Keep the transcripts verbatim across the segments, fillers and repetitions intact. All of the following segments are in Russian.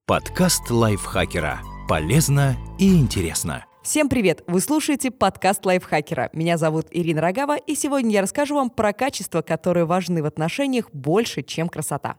Подкаст лайфхакера. Полезно и интересно. Всем привет! Вы слушаете подкаст лайфхакера. Меня зовут Ирина Рогава, и сегодня я расскажу вам про качества, которые важны в отношениях больше, чем красота.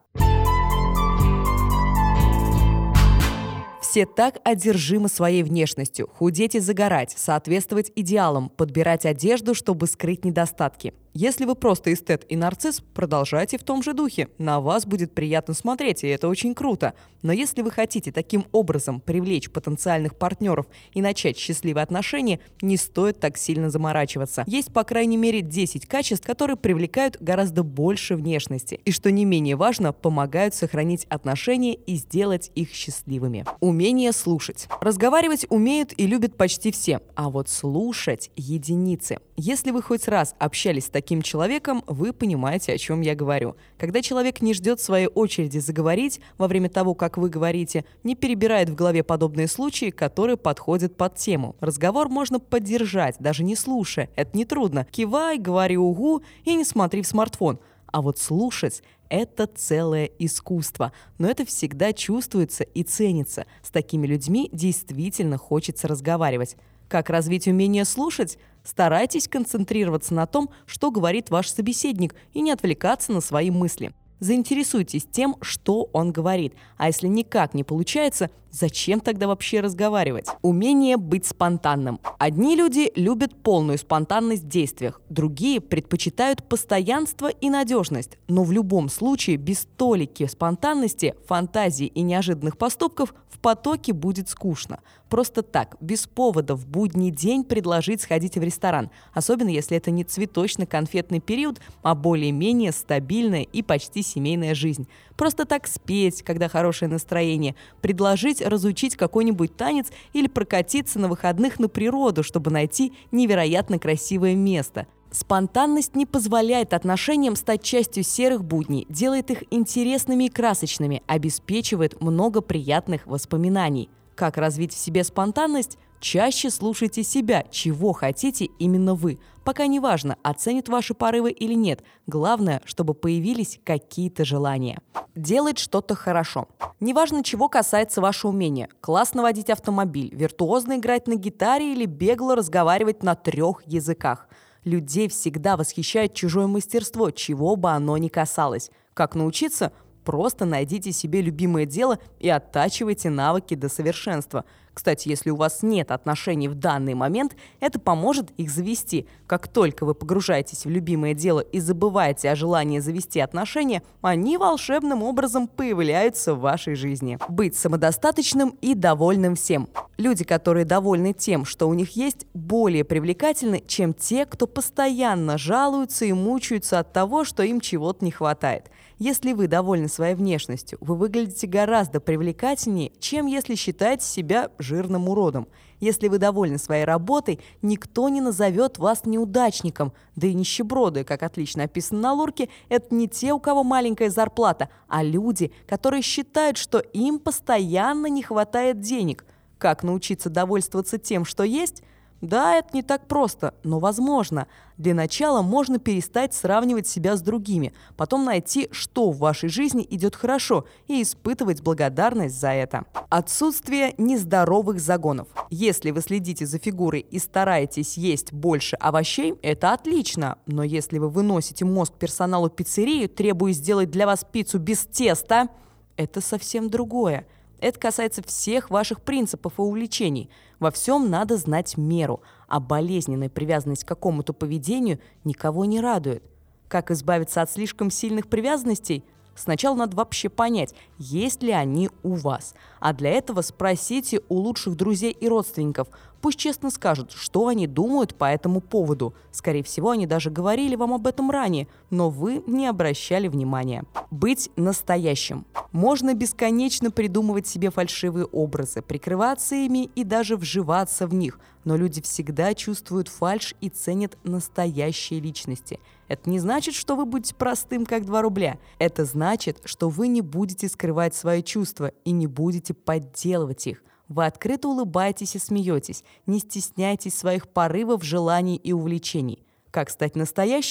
Все так одержимы своей внешностью. Худеть и загорать, соответствовать идеалам, подбирать одежду, чтобы скрыть недостатки. Если вы просто эстет и нарцисс, продолжайте в том же духе. На вас будет приятно смотреть, и это очень круто. Но если вы хотите таким образом привлечь потенциальных партнеров и начать счастливые отношения, не стоит так сильно заморачиваться. Есть, по крайней мере, десять качеств, которые привлекают гораздо больше внешности. И, что не менее важно, помогают сохранить отношения и сделать их счастливыми. Умение слушать. Разговаривать умеют и любят почти все, а вот слушать – единицы. Если вы хоть раз общались с таким человеком, вы понимаете, о чем я говорю. Когда человек не ждет своей очереди заговорить во время того, как вы говорите, не перебирает в голове подобные случаи, которые подходят под тему. Разговор можно поддержать, даже не слушая. Это нетрудно. Кивай, говори угу и не смотри в смартфон. А вот слушать – это целое искусство. Но это всегда чувствуется и ценится. С такими людьми действительно хочется разговаривать. Как развить умение слушать? Старайтесь концентрироваться на том, что говорит ваш собеседник, и не отвлекаться на свои мысли. Заинтересуйтесь тем, что он говорит. А если никак не получается, зачем тогда вообще разговаривать? Умение быть спонтанным. Одни люди любят полную спонтанность в действиях, другие предпочитают постоянство и надежность. Но в любом случае, без толики спонтанности, фантазии и неожиданных поступков в потоке будет скучно. Просто так, без повода в будний день предложить сходить в ресторан, особенно если это не цветочно-конфетный период, а более-менее стабильная и почти семейная жизнь. Просто так спеть, когда хорошее настроение, предложить разучить какой-нибудь танец или прокатиться на выходных на природу, чтобы найти невероятно красивое место. Спонтанность не позволяет отношениям стать частью серых будней, делает их интересными и красочными, обеспечивает много приятных воспоминаний. Как развить в себе спонтанность? Чаще слушайте себя, чего хотите именно вы. Пока не важно, оценят ваши порывы или нет. Главное, чтобы появились какие-то желания. Делать что-то хорошо. Неважно, чего касается вашего умения. Классно водить автомобиль, виртуозно играть на гитаре или бегло разговаривать на трех языках. Людей всегда восхищает чужое мастерство, чего бы оно ни касалось. Как научиться? Просто найдите себе любимое дело и оттачивайте навыки до совершенства. Кстати, если у вас нет отношений в данный момент, это поможет их завести. Как только вы погружаетесь в любимое дело и забываете о желании завести отношения, они волшебным образом появляются в вашей жизни. Быть самодостаточным и довольным всем. Люди, которые довольны тем, что у них есть, более привлекательны, чем те, кто постоянно жалуются и мучаются от того, что им чего-то не хватает. Если вы довольны своей внешностью, вы выглядите гораздо привлекательнее, чем если считаете себя жирным уродом. Если вы довольны своей работой, никто не назовет вас неудачником. Да и нищеброды, как отлично описано на Лурке, это не те, у кого маленькая зарплата, а люди, которые считают, что им постоянно не хватает денег. Как научиться довольствоваться тем, что есть? Да, это не так просто, но возможно. Для начала можно перестать сравнивать себя с другими, потом найти, что в вашей жизни идет хорошо, и испытывать благодарность за это. Отсутствие нездоровых загонов. Если вы следите за фигурой и стараетесь есть больше овощей, это отлично. Но если вы выносите мозг персоналу пиццерии, требуя сделать для вас пиццу без теста, это совсем другое. Это касается всех ваших принципов и увлечений. Во всем надо знать меру, а болезненная привязанность к какому-то поведению никого не радует. Как избавиться от слишком сильных привязанностей? Сначала надо вообще понять, есть ли они у вас. А для этого спросите у лучших друзей и родственников. Пусть честно скажут, что они думают по этому поводу. Скорее всего, они даже говорили вам об этом ранее, но вы не обращали внимания. Быть настоящим. Можно бесконечно придумывать себе фальшивые образы, прикрываться ими и даже вживаться в них. Но люди всегда чувствуют фальшь и ценят настоящие личности. Это не значит, что вы будете простым, как два рубля. Это значит, что вы не будете скрывать свои чувства и не будете подделывать их. Вы открыто улыбаетесь и смеетесь, не стесняйтесь своих порывов, желаний и увлечений. Как стать настоящим?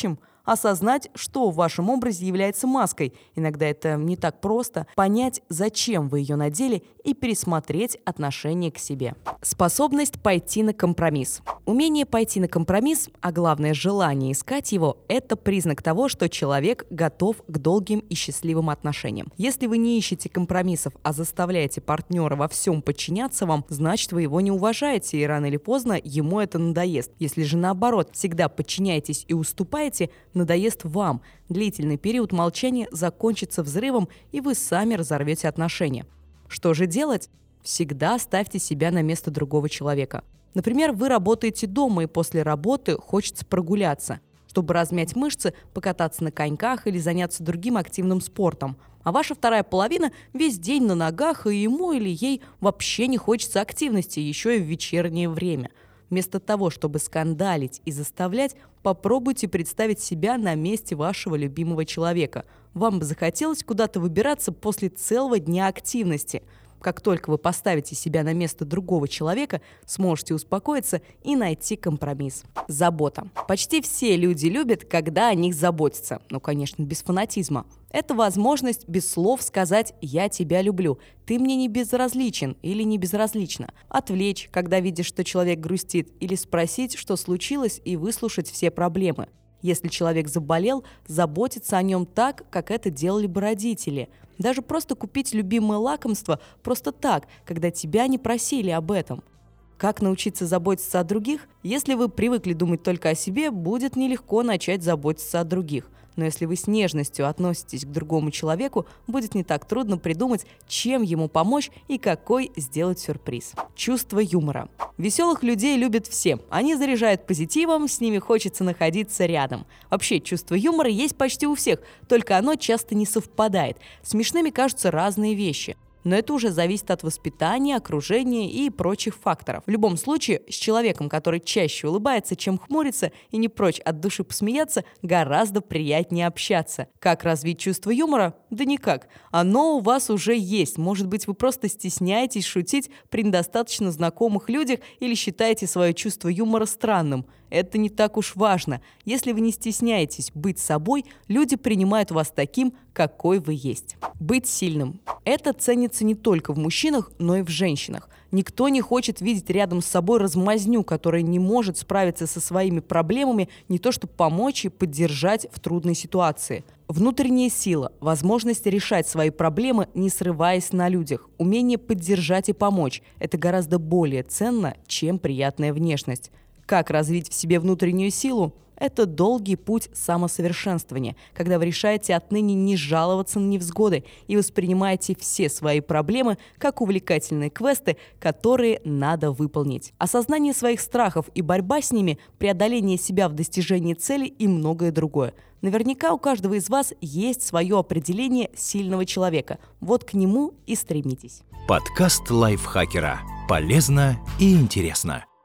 осознать, что в вашем образе является маской. Иногда это не так просто. Понять, зачем вы ее надели, и пересмотреть отношение к себе. Способность пойти на компромисс. Умение пойти на компромисс, а главное желание искать его, это признак того, что человек готов к долгим и счастливым отношениям. Если вы не ищете компромиссов, а заставляете партнера во всем подчиняться вам, значит, вы его не уважаете, и рано или поздно ему это надоест. Если же наоборот, всегда подчиняетесь и уступаете, надоест вам. Длительный период молчания закончится взрывом, и вы сами разорвете отношения. Что же делать? Всегда ставьте себя на место другого человека. Например, вы работаете дома, и после работы хочется прогуляться, чтобы размять мышцы, покататься на коньках или заняться другим активным спортом. А ваша вторая половина весь день на ногах, и ему или ей вообще не хочется активности, еще и в вечернее время. Вместо того, чтобы скандалить и заставлять, попробуйте представить себя на месте вашего любимого человека. Вам бы захотелось куда-то выбираться после целого дня активности. Как только вы поставите себя на место другого человека, сможете успокоиться и найти компромисс. Забота. Почти все люди любят, когда о них заботятся. Ну, конечно, без фанатизма. Это возможность без слов сказать «я тебя люблю», «ты мне не безразличен» или «не безразлично», отвлечь, когда видишь, что человек грустит, или спросить, что случилось, и выслушать все проблемы. Если человек заболел, заботиться о нем так, как это делали бы родители. Даже просто купить любимое лакомство просто так, когда тебя не просили об этом. Как научиться заботиться о других? Если вы привыкли думать только о себе, будет нелегко начать заботиться о других. Но если вы с нежностью относитесь к другому человеку, будет не так трудно придумать, чем ему помочь и какой сделать сюрприз. Чувство юмора. Веселых людей любят все. Они заряжают позитивом, с ними хочется находиться рядом. Вообще, чувство юмора есть почти у всех, только оно часто не совпадает. Смешными кажутся разные вещи. Но это уже зависит от воспитания, окружения и прочих факторов. В любом случае, с человеком, который чаще улыбается, чем хмурится, и не прочь от души посмеяться, гораздо приятнее общаться. Как развить чувство юмора? Да никак. Оно у вас уже есть. Может быть, вы просто стесняетесь шутить при недостаточно знакомых людях или считаете свое чувство юмора странным. Это не так уж важно. Если вы не стесняетесь быть собой, люди принимают вас таким, какой вы есть. Быть сильным. Это ценится не только в мужчинах, но и в женщинах. Никто не хочет видеть рядом с собой размазню, которая не может справиться со своими проблемами, не то чтобы помочь и поддержать в трудной ситуации. Внутренняя сила, возможность решать свои проблемы, не срываясь на людях, умение поддержать и помочь – это гораздо более ценно, чем приятная внешность. Как развить в себе внутреннюю силу? Это долгий путь самосовершенствования, когда вы решаете отныне не жаловаться на невзгоды и воспринимаете все свои проблемы как увлекательные квесты, которые надо выполнить. Осознание своих страхов и борьба с ними, преодоление себя в достижении цели и многое другое. Наверняка у каждого из вас есть свое определение сильного человека. Вот к нему и стремитесь. Подкаст лайфхакера. Полезно и интересно.